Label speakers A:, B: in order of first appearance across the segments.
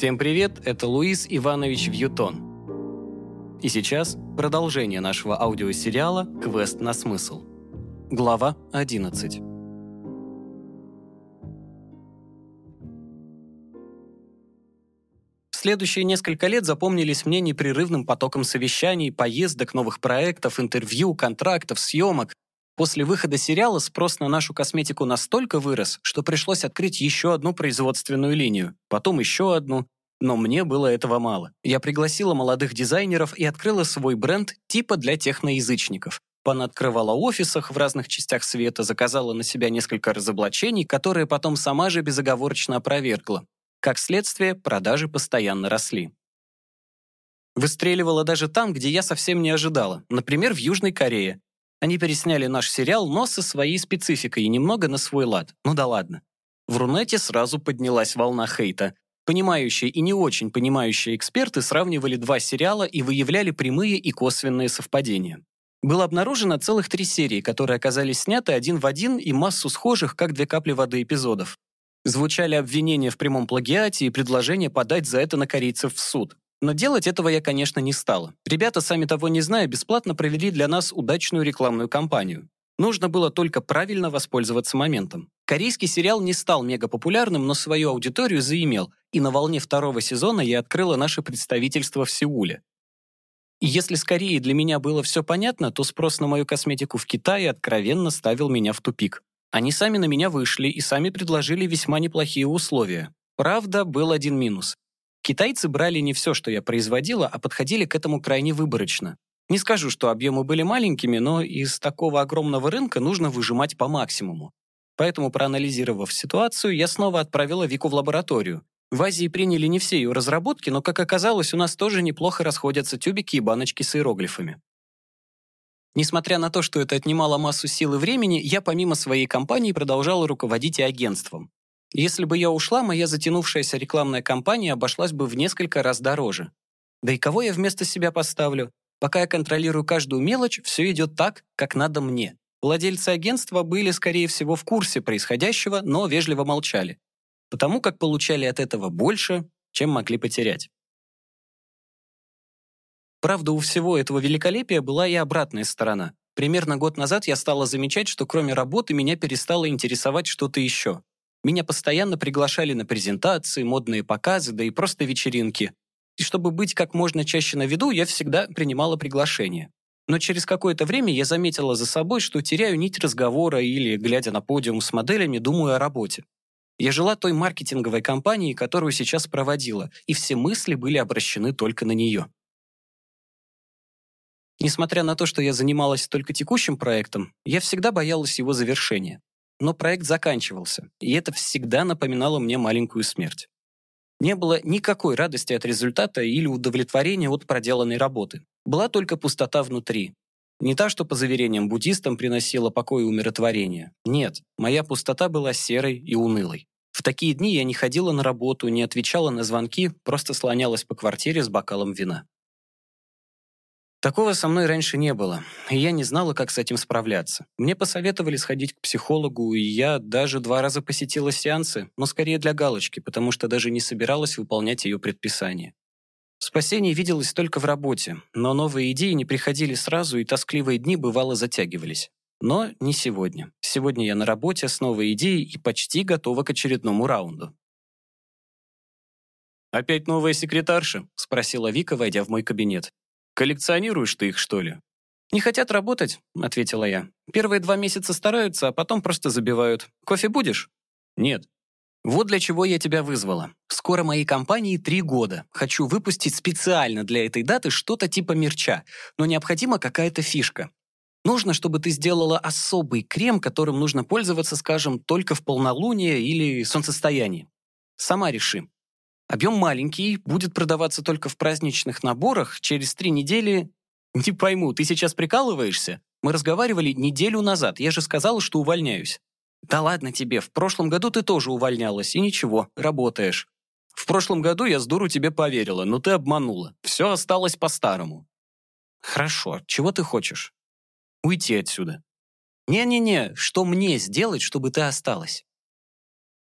A: Всем привет, это Луис Иванович Вьютон. И сейчас продолжение нашего аудиосериала «Квест на смысл». Глава 11. Следующие несколько лет запомнились мне непрерывным потоком совещаний, поездок, новых проектов, интервью, контрактов, съемок. После выхода сериала спрос на нашу косметику настолько вырос, что пришлось открыть еще одну производственную линию, потом еще одну. Но мне было этого мало. Я пригласила молодых дизайнеров и открыла свой бренд типа для техноязычников. Понаоткрывала офисах в разных частях света, заказала на себя несколько разоблачений, которые потом сама же безоговорочно опровергла. Как следствие, продажи постоянно росли. Выстреливала даже там, где я совсем не ожидала. Например, в Южной Корее. Они пересняли наш сериал, но со своей спецификой и немного на свой лад. Ну да ладно. В Рунете сразу поднялась волна хейта. Понимающие и не очень понимающие эксперты сравнивали два сериала и выявляли прямые и косвенные совпадения. Было обнаружено целых 3 серии, которые оказались сняты один в один и массу схожих, как 2 капли воды эпизодов. Звучали обвинения в прямом плагиате и предложения подать за это на корейцев в суд. Но делать этого я, конечно, не стала. Ребята, сами того не зная, бесплатно провели для нас удачную рекламную кампанию. Нужно было только правильно воспользоваться моментом. Корейский сериал не стал мегапопулярным, но свою аудиторию заимел, и на волне 2-го сезона я открыла наше представительство в Сеуле. И если с Кореей для меня было все понятно, то спрос на мою косметику в Китае откровенно ставил меня в тупик. Они сами на меня вышли и сами предложили весьма неплохие условия. Правда, был один минус. Китайцы брали не все, что я производила, а подходили к этому крайне выборочно. Не скажу, что объемы были маленькими, но из такого огромного рынка нужно выжимать по максимуму. Поэтому, проанализировав ситуацию, я снова отправила Вику в лабораторию. В Азии приняли не все ее разработки, но, как оказалось, у нас тоже неплохо расходятся тюбики и баночки с иероглифами. Несмотря на то, что это отнимало массу сил и времени, я помимо своей компании продолжала руководить и агентством. Если бы я ушла, моя затянувшаяся рекламная кампания обошлась бы в несколько раз дороже. Да и кого я вместо себя поставлю? Пока я контролирую каждую мелочь, все идет так, как надо мне. Владельцы агентства были, скорее всего, в курсе происходящего, но вежливо молчали. Потому как получали от этого больше, чем могли потерять. Правда, у всего этого великолепия была и обратная сторона. Примерно год назад я стала замечать, что кроме работы меня перестало интересовать что-то еще. Меня постоянно приглашали на презентации, модные показы, да и просто вечеринки. И чтобы быть как можно чаще на виду, я всегда принимала приглашения. Но через какое-то время я заметила за собой, что теряю нить разговора или, глядя на подиум с моделями, думаю о работе. Я жила той маркетинговой кампанией, которую сейчас проводила, и все мысли были обращены только на нее. Несмотря на то, что я занималась только текущим проектом, я всегда боялась его завершения. Но проект заканчивался, и это всегда напоминало мне маленькую смерть. Не было никакой радости от результата или удовлетворения от проделанной работы. Была только пустота внутри. Не та, что по заверениям буддистам приносила покой и умиротворение. Нет, моя пустота была серой и унылой. В такие дни я не ходила на работу, не отвечала на звонки, просто слонялась по квартире с бокалом вина. Такого со мной раньше не было, и я не знала, как с этим справляться. Мне посоветовали сходить к психологу, и я даже 2 раза посетила сеансы, но скорее для галочки, потому что даже не собиралась выполнять ее предписания. Спасение виделось только в работе, но новые идеи не приходили сразу, и тоскливые дни бывало затягивались. Но не сегодня. Сегодня я на работе с новой идеей и почти готова к очередному раунду. «Опять новая секретарша?» — спросила Вика, войдя в мой кабинет. «Коллекционируешь ты их, что ли?» «Не хотят работать», — ответила я. «Первые 2 месяца стараются, а потом просто забивают. Кофе будешь?» «Нет». «Вот для чего я тебя вызвала. Скоро моей компании 3 года. Хочу выпустить специально для этой даты что-то типа мерча, но необходима какая-то фишка. Нужно, чтобы ты сделала особый крем, которым нужно пользоваться, скажем, только в полнолуние или солнцестояние. Сама реши. Объем маленький, будет продаваться только в праздничных наборах, через 3 недели... Не пойму, ты сейчас прикалываешься? Мы разговаривали неделю назад, я же сказала, что увольняюсь. Да ладно тебе, в прошлом году ты тоже увольнялась, и ничего, работаешь. В прошлом году я с дуру тебе поверила, но ты обманула. Все осталось по-старому. Хорошо, чего ты хочешь? Уйти отсюда. Не-не-не, что мне сделать, чтобы ты осталась?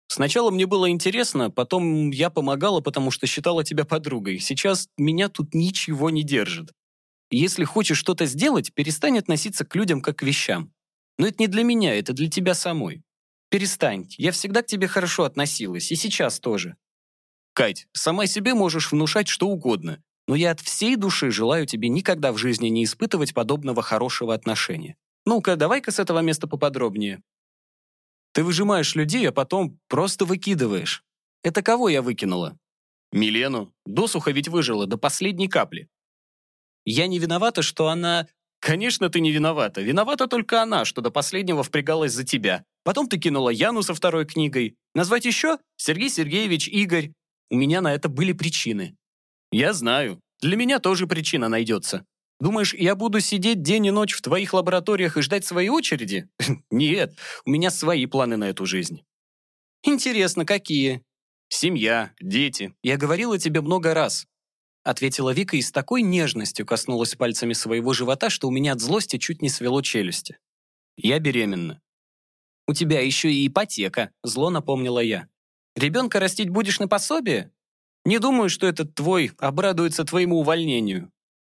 A: Сначала мне было интересно, потом я помогала, потому что считала тебя подругой. Сейчас меня тут ничего не держит. Если хочешь что-то сделать, перестань относиться к людям как к вещам. Но это не для меня, это для тебя самой. Перестань. Я всегда к тебе хорошо относилась, и сейчас тоже. Кать, сама себе можешь внушать что угодно, но я от всей души желаю тебе никогда в жизни не испытывать подобного хорошего отношения. Ну-ка, давай-ка с этого места поподробнее. Ты выжимаешь людей, а потом просто выкидываешь. Это кого я выкинула? Милену. Досуха ведь выжила до последней капли. Я не виновата, что она... Конечно, ты не виновата. Виновата только она, что до последнего впрягалась за тебя. Потом ты кинула Яну со второй книгой. Назвать еще? Сергей Сергеевич, Игорь. У меня на это были причины. Я знаю. Для меня тоже причина найдется. Думаешь, я буду сидеть день и ночь в твоих лабораториях и ждать своей очереди? Нет, у меня свои планы на эту жизнь. Интересно, какие? Семья, дети. Я говорила тебе много раз. Ответила Вика и с такой нежностью коснулась пальцами своего живота, что у меня от злости чуть не свело челюсти. Я беременна. У тебя еще и ипотека, зло напомнила я. Ребенка растить будешь на пособие? Не думаю, что этот твой обрадуется твоему увольнению.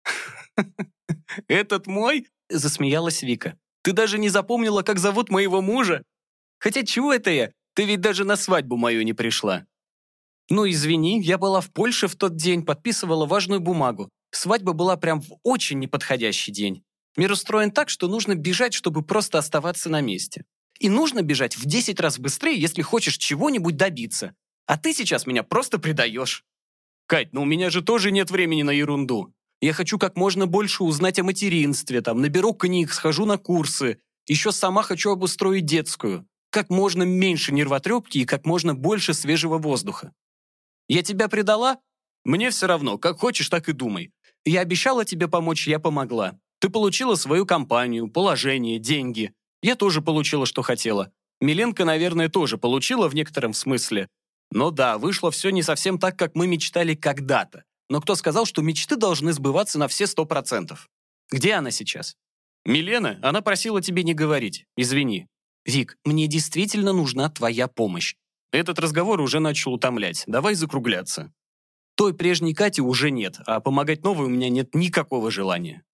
A: «Этот мой?» – засмеялась Вика. «Ты даже не запомнила, как зовут моего мужа? Хотя чего это я? Ты ведь даже на свадьбу мою не пришла». «Ну, извини, я была в Польше в тот день, подписывала важную бумагу. Свадьба была прям в очень неподходящий день. Мир устроен так, что нужно бежать, чтобы просто оставаться на месте. И нужно бежать в 10 раз быстрее, если хочешь чего-нибудь добиться. А ты сейчас меня просто предаешь». «Кать, ну у меня же тоже нет времени на ерунду. Я хочу как можно больше узнать о материнстве, там, наберу книг, схожу на курсы. Еще сама хочу обустроить детскую. Как можно меньше нервотрепки и как можно больше свежего воздуха. Я тебя предала? Мне все равно, как хочешь, так и думай. Я обещала тебе помочь, я помогла. Ты получила свою компанию, положение, деньги. Я тоже получила, что хотела. Миленко, наверное, тоже получила в некотором смысле. Но да, вышло все не совсем так, как мы мечтали когда-то. Но кто сказал, что мечты должны сбываться на все 100%? Где она сейчас? Милена, она просила тебе не говорить. Извини. Вик, мне действительно нужна твоя помощь. Этот разговор уже начал утомлять. Давай закругляться. Той прежней Кати уже нет, а помогать новой у меня нет никакого желания.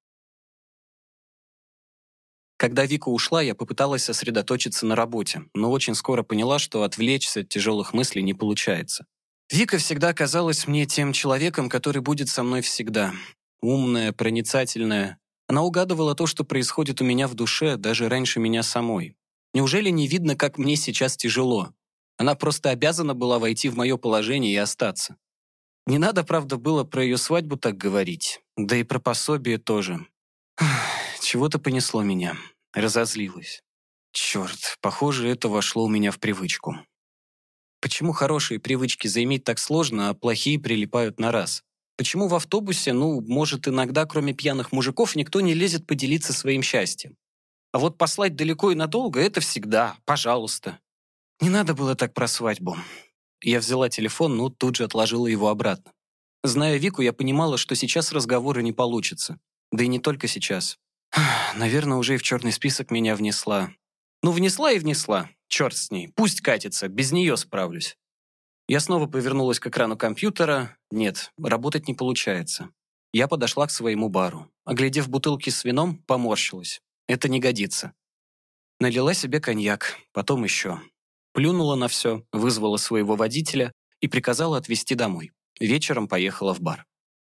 A: Когда Вика ушла, я попыталась сосредоточиться на работе, но очень скоро поняла, что отвлечься от тяжелых мыслей не получается. Вика всегда казалась мне тем человеком, который будет со мной всегда. Умная, проницательная. Она угадывала то, что происходит у меня в душе, даже раньше меня самой. Неужели не видно, как мне сейчас тяжело? Она просто обязана была войти в мое положение и остаться. Не надо, правда, было про ее свадьбу так говорить. Да и про пособие тоже. Чего-то понесло меня. Разозлилась. Черт, похоже, это вошло у меня в привычку. Почему хорошие привычки заиметь так сложно, а плохие прилипают на раз? Почему в автобусе, может, иногда, кроме пьяных мужиков, никто не лезет поделиться своим счастьем? А вот послать далеко и надолго — это всегда, пожалуйста. Не надо было так про свадьбу. Я взяла телефон, но тут же отложила его обратно. Зная Вику, я понимала, что сейчас разговора не получится. Да и не только сейчас. Наверное, уже и в черный список меня внесла. Внесла и внесла. Черт с ней. Пусть катится. Без нее справлюсь. Я снова повернулась к экрану компьютера. Нет, работать не получается. Я подошла к своему бару. Оглядев бутылки с вином, поморщилась. Это не годится. Налила себе коньяк, потом еще. Плюнула на все, вызвала своего водителя и приказала отвезти домой. Вечером поехала в бар.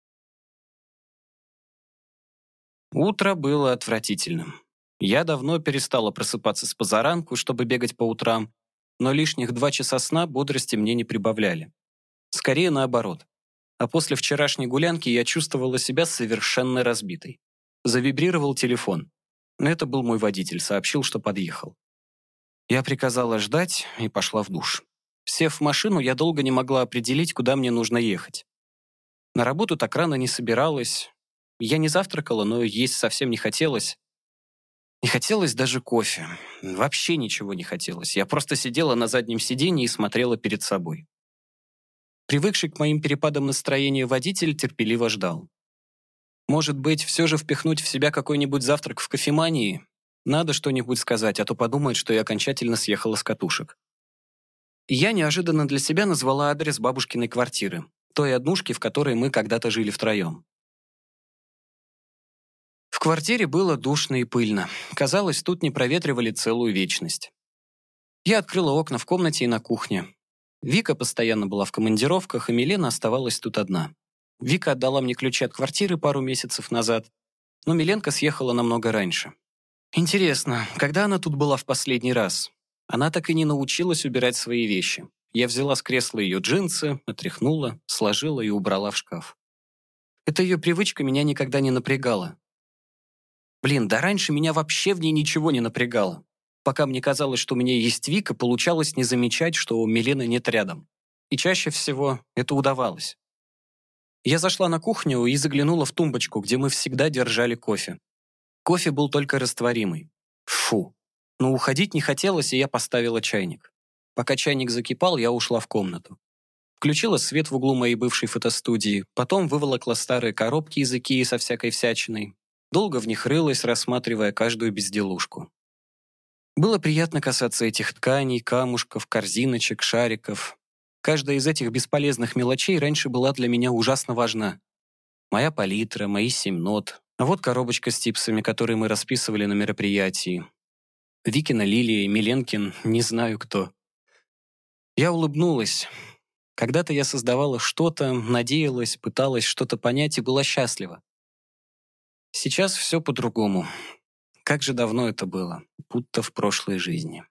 A: Утро было отвратительным. Я давно перестала просыпаться с позаранку, чтобы бегать по утрам, но лишних 2 часа сна бодрости мне не прибавляли. Скорее наоборот. А после вчерашней гулянки я чувствовала себя совершенно разбитой. Завибрировал телефон. Это был мой водитель, сообщил, что подъехал. Я приказала ждать и пошла в душ. Сев в машину, я долго не могла определить, куда мне нужно ехать. На работу так рано не собиралась. Я не завтракала, но есть совсем не хотелось. Не хотелось даже кофе. Вообще ничего не хотелось. Я просто сидела на заднем сиденье и смотрела перед собой. Привыкший к моим перепадам настроения водитель терпеливо ждал. Может быть, все же впихнуть в себя какой-нибудь завтрак в кофемании? Надо что-нибудь сказать, а то подумает, что я окончательно съехала с катушек. Я неожиданно для себя назвала адрес бабушкиной квартиры, той однушки, в которой мы когда-то жили втроем. В квартире было душно и пыльно. Казалось, тут не проветривали целую вечность. Я открыла окна в комнате и на кухне. Вика постоянно была в командировках, и Милена оставалась тут одна. Вика отдала мне ключи от квартиры пару месяцев назад, но Миленка съехала намного раньше. Интересно, когда она тут была в последний раз? Она так и не научилась убирать свои вещи. Я взяла с кресла ее джинсы, отряхнула, сложила и убрала в шкаф. Эта ее привычка меня никогда не напрягала. Блин, да раньше меня вообще в ней ничего не напрягало. Пока мне казалось, что у меня есть Вика, получалось не замечать, что у Милены нет рядом. И чаще всего это удавалось. Я зашла на кухню и заглянула в тумбочку, где мы всегда держали кофе. Кофе был только растворимый. Фу. Но уходить не хотелось, и я поставила чайник. Пока чайник закипал, я ушла в комнату. Включила свет в углу моей бывшей фотостудии, потом выволокла старые коробки из Икеи со всякой всячиной. Долго в них рылась, рассматривая каждую безделушку. Было приятно касаться этих тканей, камушков, корзиночек, шариков. Каждая из этих бесполезных мелочей раньше была для меня ужасно важна. Моя палитра, мои 7 нот, а вот коробочка с типсами, которые мы расписывали на мероприятии. Викина Лилия, Миленкин, не знаю кто. Я улыбнулась. Когда-то я создавала что-то, надеялась, пыталась что-то понять и была счастлива. Сейчас все по-другому. Как же давно это было, будто в прошлой жизни.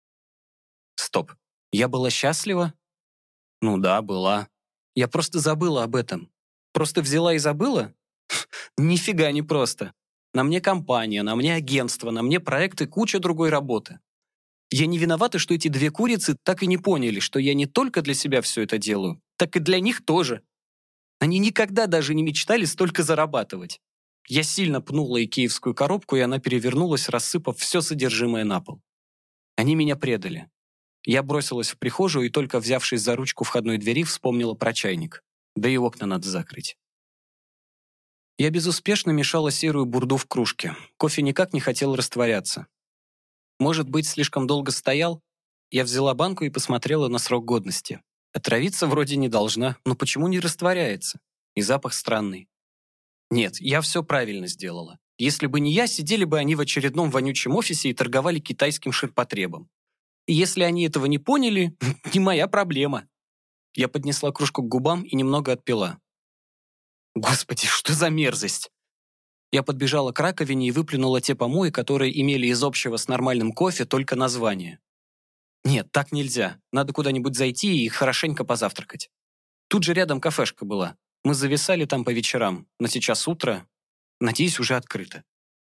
A: Стоп. Я была счастлива? Ну да, была. Я просто забыла об этом. Просто взяла и забыла? Нифига не просто. На мне компания, на мне агентство, на мне проекты, куча другой работы. Я не виновата, что эти две курицы так и не поняли, что я не только для себя все это делаю, так и для них тоже. Они никогда даже не мечтали столько зарабатывать. Я сильно пнула икеевскую коробку, и она перевернулась, рассыпав все содержимое на пол. Они меня предали. Я бросилась в прихожую и, только взявшись за ручку входной двери, вспомнила про чайник. Да и окна надо закрыть. Я безуспешно мешала серую бурду в кружке. Кофе никак не хотел растворяться. Может быть, слишком долго стоял? Я взяла банку и посмотрела на срок годности. Отравиться вроде не должна, но почему не растворяется? И запах странный. Нет, я все правильно сделала. Если бы не я, сидели бы они в очередном вонючем офисе и торговали китайским ширпотребом. И если они этого не поняли, не моя проблема. Я поднесла кружку к губам и немного отпила. Господи, что за мерзость! Я подбежала к раковине и выплюнула те помои, которые имели из общего с нормальным кофе только название. Нет, так нельзя. Надо куда-нибудь зайти и хорошенько позавтракать. Тут же рядом кафешка была. Мы зависали там по вечерам, но сейчас утро, надеюсь, уже открыто.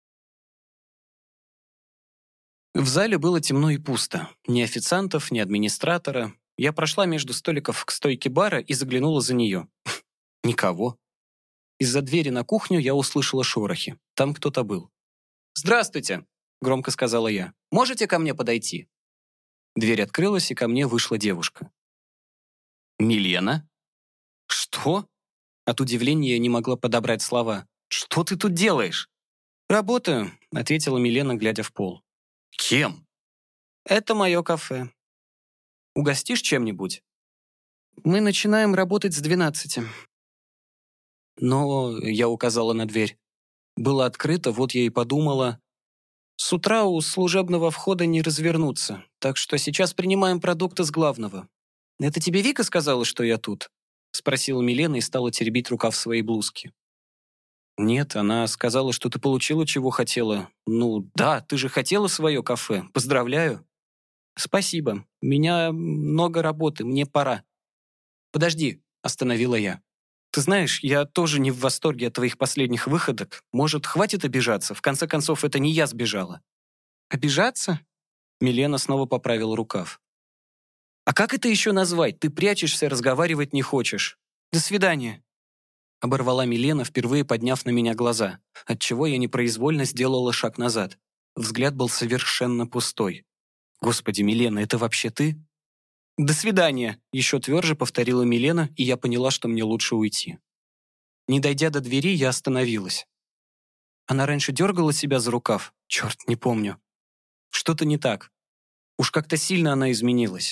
A: В зале было темно и пусто. Ни официантов, ни администратора. Я прошла между столиков к стойке бара и заглянула за нее. Никого. Из-за двери на кухню я услышала шорохи. Там кто-то был. «Здравствуйте!» — громко сказала я. «Можете ко мне подойти?» Дверь открылась, и ко мне вышла девушка. «Милена?» «Что?» От удивления я не могла подобрать слова. «Что ты тут делаешь?» «Работаю», — ответила Милена, глядя в пол. «Кем?» «Это мое кафе. Угостишь чем-нибудь?» «Мы начинаем работать с 12. Но я указала на дверь. Было открыто, вот я и подумала. С утра у служебного входа не развернуться, так что сейчас принимаем продукты с главного. «Это тебе Вика сказала, что я тут?» — спросила Милена и стала теребить рукав своей блузки. «Нет, она сказала, что ты получила, чего хотела. Ну да, ты же хотела свое кафе. Поздравляю». «Спасибо. У меня много работы, мне пора». «Подожди», — остановила я. «Ты знаешь, я тоже не в восторге от твоих последних выходок. Может, хватит обижаться? В конце концов, это не я сбежала». «Обижаться?» Милена снова поправила рукав. «А как это еще назвать? Ты прячешься, разговаривать не хочешь. До свидания». Оборвала Милена, впервые подняв на меня глаза, отчего я непроизвольно сделала шаг назад. Взгляд был совершенно пустой. «Господи, Милена, это вообще ты?» «До свидания», — еще тверже повторила Милена, и я поняла, что мне лучше уйти. Не дойдя до двери, я остановилась. Она раньше дергала себя за рукав? Черт, не помню. Что-то не так. Уж как-то сильно она изменилась.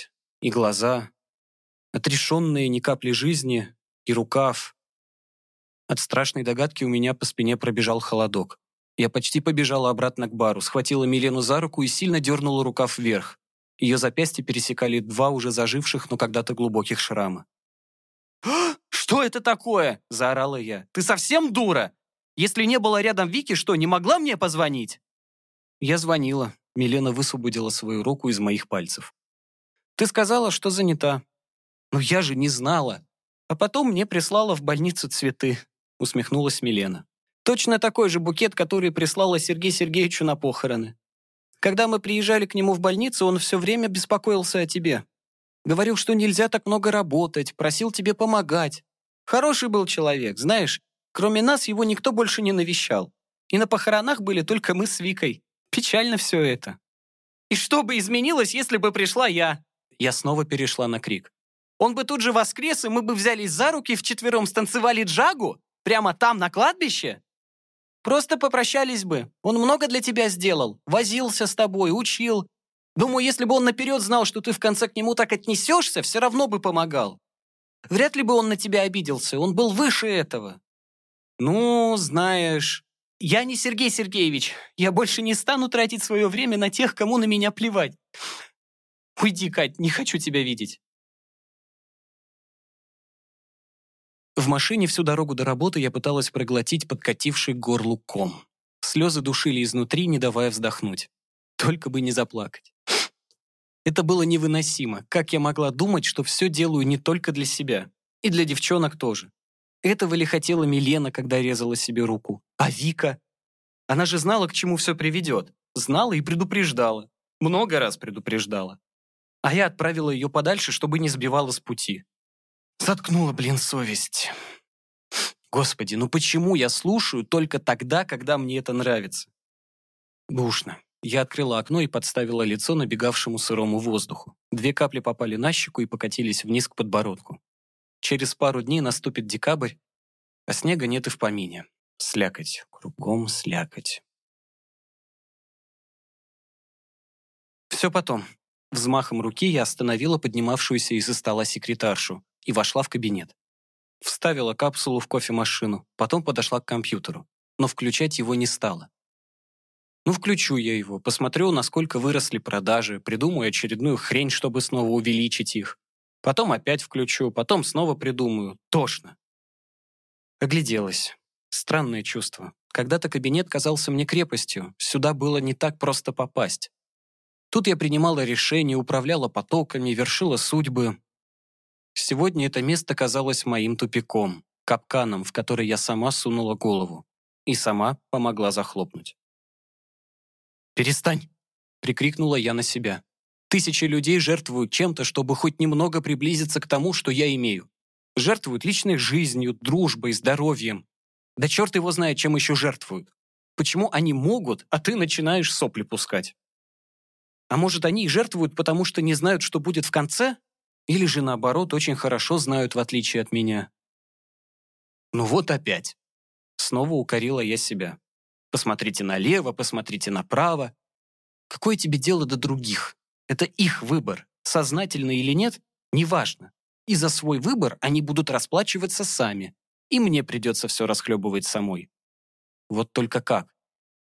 A: и глаза, отрешенные ни капли жизни, и рукав. От страшной догадки у меня по спине пробежал холодок. Я почти побежала обратно к бару, схватила Милену за руку и сильно дернула рукав вверх. Ее запястья пересекали два уже заживших, но когда-то глубоких шрама. «Что это такое?» – заорала я. «Ты совсем дура? Если не было рядом Вики, что, не могла мне позвонить?» Я звонила. Милена высвободила свою руку из моих пальцев. «Ты сказала, что занята». «Но я же не знала. А потом мне прислала в больницу цветы», – усмехнулась Милена. «Точно такой же букет, который прислала Сергею Сергеевичу на похороны. Когда мы приезжали к нему в больницу, он все время беспокоился о тебе. Говорил, что нельзя так много работать, просил тебе помогать. Хороший был человек, знаешь, кроме нас его никто больше не навещал. И на похоронах были только мы с Викой. Печально все это. И что бы изменилось, если бы пришла я?» Я снова перешла на крик. «Он бы тут же воскрес, и мы бы взялись за руки и вчетвером станцевали джагу? Прямо там, на кладбище? Просто попрощались бы. Он много для тебя сделал. Возился с тобой, учил. Думаю, если бы он наперед знал, что ты в конце к нему так отнесешься, все равно бы помогал. Вряд ли бы он на тебя обиделся. Он был выше этого». «Ну, знаешь, я не Сергей Сергеевич. Я больше не стану тратить свое время на тех, кому на меня плевать. Уйди, Кать, не хочу тебя видеть». В машине всю дорогу до работы я пыталась проглотить подкативший к горлу ком. Слезы душили изнутри, не давая вздохнуть. Только бы не заплакать. Это было невыносимо. Как я могла думать, что все делаю не только для себя? И для девчонок тоже. Этого ли хотела Милена, когда резала себе руку? А Вика? Она же знала, к чему все приведет. Знала и предупреждала. Много раз предупреждала. А я отправила ее подальше, чтобы не сбивала с пути. Заткнула, совесть. Господи, ну почему я слушаю только тогда, когда мне это нравится? Душно. Я открыла окно и подставила лицо набегавшему сырому воздуху. 2 капли попали на щеку и покатились вниз к подбородку. Через пару дней наступит декабрь, а снега нет и в помине. Слякоть, кругом слякоть. Все потом. Взмахом руки я остановила поднимавшуюся из-за стола секретаршу и вошла в кабинет. Вставила капсулу в кофемашину, потом подошла к компьютеру, но включать его не стала. Ну, включу я его, посмотрю, насколько выросли продажи, придумаю очередную хрень, чтобы снова увеличить их. Потом опять включу, потом снова придумаю. Тошно. Огляделась. Странное чувство. Когда-то кабинет казался мне крепостью, сюда было не так просто попасть. Тут я принимала решения, управляла потоками, вершила судьбы. Сегодня это место казалось моим тупиком, капканом, в который я сама сунула голову. И сама помогла захлопнуть. «Перестань!» — прикрикнула я на себя. «Тысячи людей жертвуют чем-то, чтобы хоть немного приблизиться к тому, что я имею. Жертвуют личной жизнью, дружбой, здоровьем. Да черт его знает, чем еще жертвуют. Почему они могут, а ты начинаешь сопли пускать? А может, они и жертвуют, потому что не знают, что будет в конце? Или же, наоборот, очень хорошо знают, в отличие от меня?» «Ну вот опять!» Снова укорила я себя. «Посмотрите налево, посмотрите направо. Какое тебе дело до других? Это их выбор. Сознательно или нет, неважно. И за свой выбор они будут расплачиваться сами. И мне придется все расхлебывать самой. Вот только как?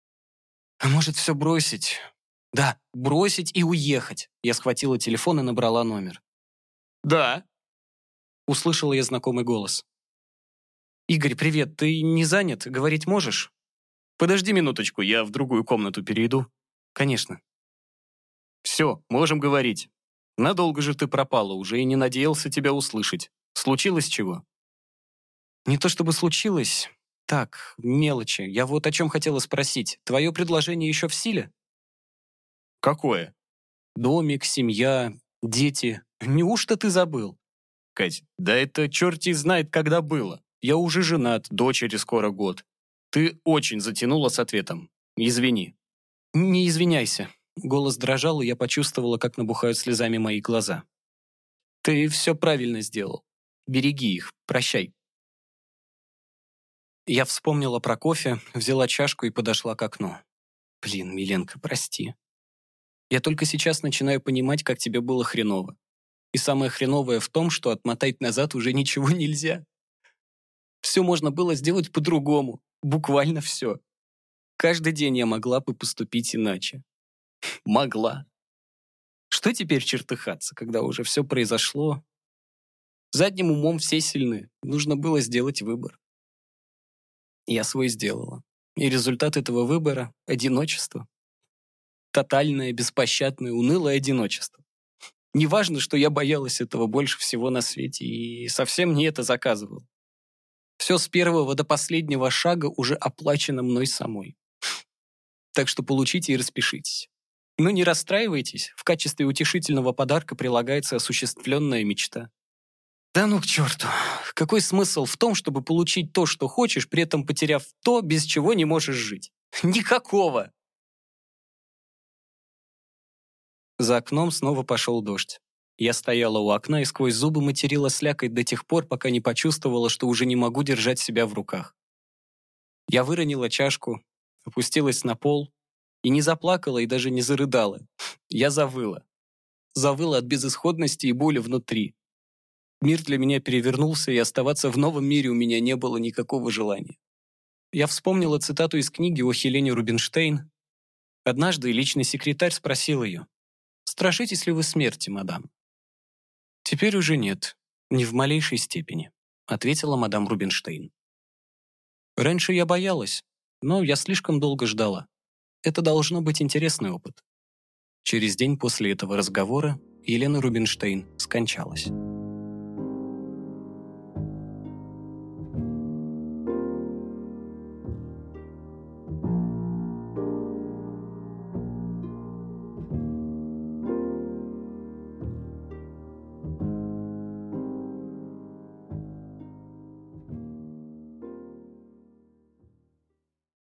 A: А может, все бросить? Да, бросить и уехать». Я схватила телефон и набрала номер. «Да», — услышала я знакомый голос. «Игорь, привет, ты не занят? Говорить можешь?» «Подожди минуточку, я в другую комнату перейду». «Конечно». «Все, можем говорить. Надолго же ты пропала, уже и не надеялся тебя услышать. Случилось чего?» «Не то чтобы случилось. Так, мелочи. Я вот о чем хотела спросить. Твое предложение еще в силе?» «Какое?» «Домик, семья, дети. Неужто ты забыл?» «Кать, да это черти знает, когда было. Я уже женат, дочери скоро год. Ты очень затянула с ответом. Извини». «Не извиняйся». Голос дрожал, и я почувствовала, как набухают слезами мои глаза. «Ты все правильно сделал. Береги их. Прощай». Я вспомнила про кофе, взяла чашку и подошла к окну. «Блин, Миленка, прости. Я только сейчас начинаю понимать, как тебе было хреново. И самое хреновое в том, что отмотать назад уже ничего нельзя. Все можно было сделать по-другому. Буквально все. Каждый день я могла бы поступить иначе. Могла. Что теперь чертыхаться, когда уже все произошло? Задним умом все сильны. Нужно было сделать выбор. Я свой сделала. И результат этого выбора — одиночество. Тотальное, беспощадное, унылое одиночество. Неважно, что я боялась этого больше всего на свете, и совсем не это заказывал. Все с первого до последнего шага уже оплачено мной самой. Так что получите и распишитесь. Но не расстраивайтесь, в качестве утешительного подарка прилагается осуществленная мечта. Да ну к черту. Какой смысл в том, чтобы получить то, что хочешь, при этом потеряв то, без чего не можешь жить? Никакого! За окном снова пошел дождь. Я стояла у окна и сквозь зубы материла слякоть до тех пор, пока не почувствовала, что уже не могу держать себя в руках. Я выронила чашку, опустилась на пол и не заплакала и даже не зарыдала. Я завыла. Завыла от безысходности и боли внутри. Мир для меня перевернулся, и оставаться в новом мире у меня не было никакого желания. Я вспомнила цитату из книги о Хелене Рубинштейн. Однажды личный секретарь спросил ее: «Страшитесь ли вы смерти, мадам?» «Теперь уже нет, ни в малейшей степени», — ответила мадам Рубинштейн. «Раньше я боялась, но я слишком долго ждала. Это должно быть интересный опыт». Через день после этого разговора Елена Рубинштейн скончалась.